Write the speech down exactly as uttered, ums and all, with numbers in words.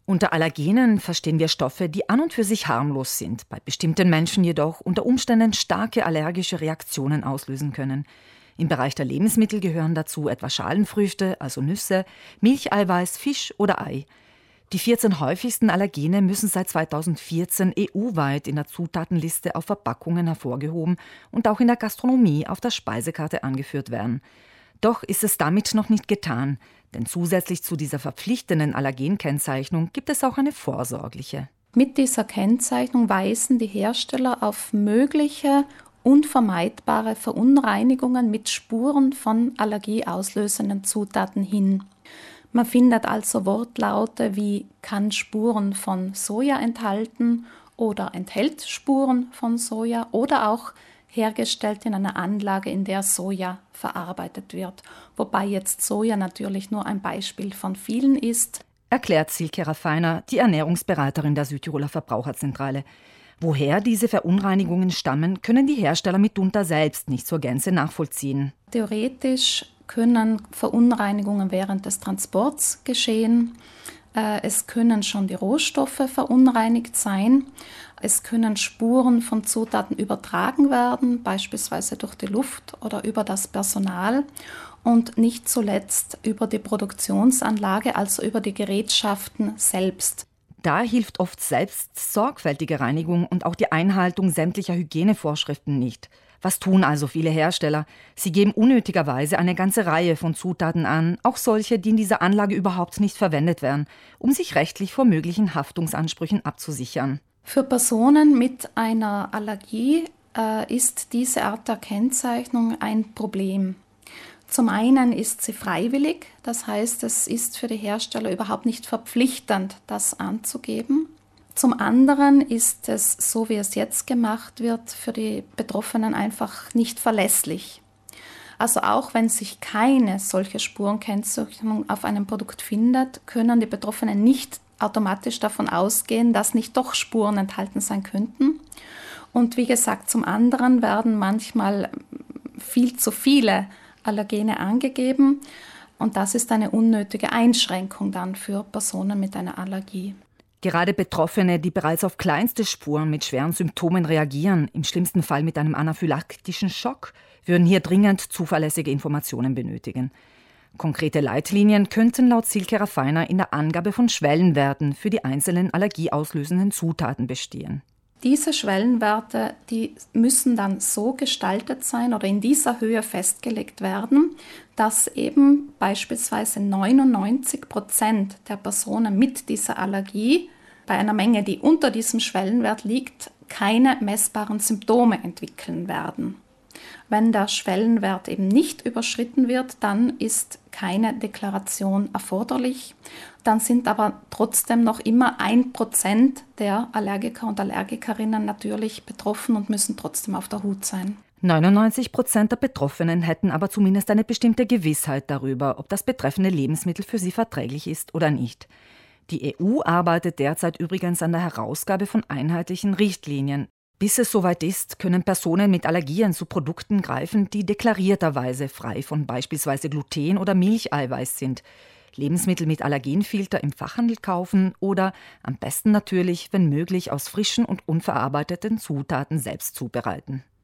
Unter Allergenen verstehen wir Stoffe, die an und für sich harmlos sind, bei bestimmten Menschen jedoch unter Umständen starke allergische Reaktionen auslösen können. Im Bereich der Lebensmittel gehören dazu etwa Schalenfrüchte, also Nüsse, Milcheiweiß, Fisch oder Ei. Die vierzehn häufigsten Allergene müssen seit zweitausendvierzehn E U-weit in der Zutatenliste auf Verpackungen hervorgehoben und auch in der Gastronomie auf der Speisekarte angeführt werden. Doch ist es damit noch nicht getan, denn zusätzlich zu dieser verpflichtenden Allergenkennzeichnung gibt es auch eine vorsorgliche. Mit dieser Kennzeichnung weisen die Hersteller auf mögliche unvermeidbare Verunreinigungen mit Spuren von allergieauslösenden Zutaten hin. Man findet also Wortlaute wie kann Spuren von Soja enthalten oder enthält Spuren von Soja oder auch hergestellt in einer Anlage, in der Soja verarbeitet wird. Wobei jetzt Soja natürlich nur ein Beispiel von vielen ist. Erklärt Silke Raffiner, die Ernährungsberaterin der Südtiroler Verbraucherzentrale. Woher diese Verunreinigungen stammen, können die Hersteller mitunter selbst nicht zur Gänze nachvollziehen. Theoretisch können Verunreinigungen während des Transports geschehen. Es können schon die Rohstoffe verunreinigt sein. Es können Spuren von Zutaten übertragen werden, beispielsweise durch die Luft oder über das Personal. Und nicht zuletzt über die Produktionsanlage, also über die Gerätschaften selbst. Da hilft oft selbst sorgfältige Reinigung und auch die Einhaltung sämtlicher Hygienevorschriften nicht. Was tun also viele Hersteller? Sie geben unnötigerweise eine ganze Reihe von Zutaten an, auch solche, die in dieser Anlage überhaupt nicht verwendet werden, um sich rechtlich vor möglichen Haftungsansprüchen abzusichern. Für Personen mit einer Allergie äh, ist diese Art der Kennzeichnung ein Problem. Zum einen ist sie freiwillig, das heißt, es ist für die Hersteller überhaupt nicht verpflichtend, das anzugeben. Zum anderen ist es, so wie es jetzt gemacht wird, für die Betroffenen einfach nicht verlässlich. Also auch wenn sich keine solche Spurenkennzeichnung auf einem Produkt findet, können die Betroffenen nicht automatisch davon ausgehen, dass nicht doch Spuren enthalten sein könnten. Und wie gesagt, zum anderen werden manchmal viel zu viele Allergene angegeben und das ist eine unnötige Einschränkung dann für Personen mit einer Allergie. Gerade Betroffene, die bereits auf kleinste Spuren mit schweren Symptomen reagieren, im schlimmsten Fall mit einem anaphylaktischen Schock, würden hier dringend zuverlässige Informationen benötigen. Konkrete Leitlinien könnten laut Silke Raffiner in der Angabe von Schwellenwerten für die einzelnen allergieauslösenden Zutaten bestehen. Diese Schwellenwerte, die müssen dann so gestaltet sein oder in dieser Höhe festgelegt werden, dass eben beispielsweise neunundneunzig Prozent der Personen mit dieser Allergie bei einer Menge, die unter diesem Schwellenwert liegt, keine messbaren Symptome entwickeln werden. Wenn der Schwellenwert eben nicht überschritten wird, dann ist keine Deklaration erforderlich. Dann sind aber trotzdem noch immer ein Prozent der Allergiker und Allergikerinnen natürlich betroffen und müssen trotzdem auf der Hut sein. neunundneunzig Prozent der Betroffenen hätten aber zumindest eine bestimmte Gewissheit darüber, ob das betreffende Lebensmittel für sie verträglich ist oder nicht. Die E U arbeitet derzeit übrigens an der Herausgabe von einheitlichen Richtlinien. Bis es soweit ist, können Personen mit Allergien zu Produkten greifen, die deklarierterweise frei von beispielsweise Gluten oder Milcheiweiß sind. Lebensmittel mit Allergenfilter im Fachhandel kaufen oder am besten natürlich, wenn möglich, aus frischen und unverarbeiteten Zutaten selbst zubereiten.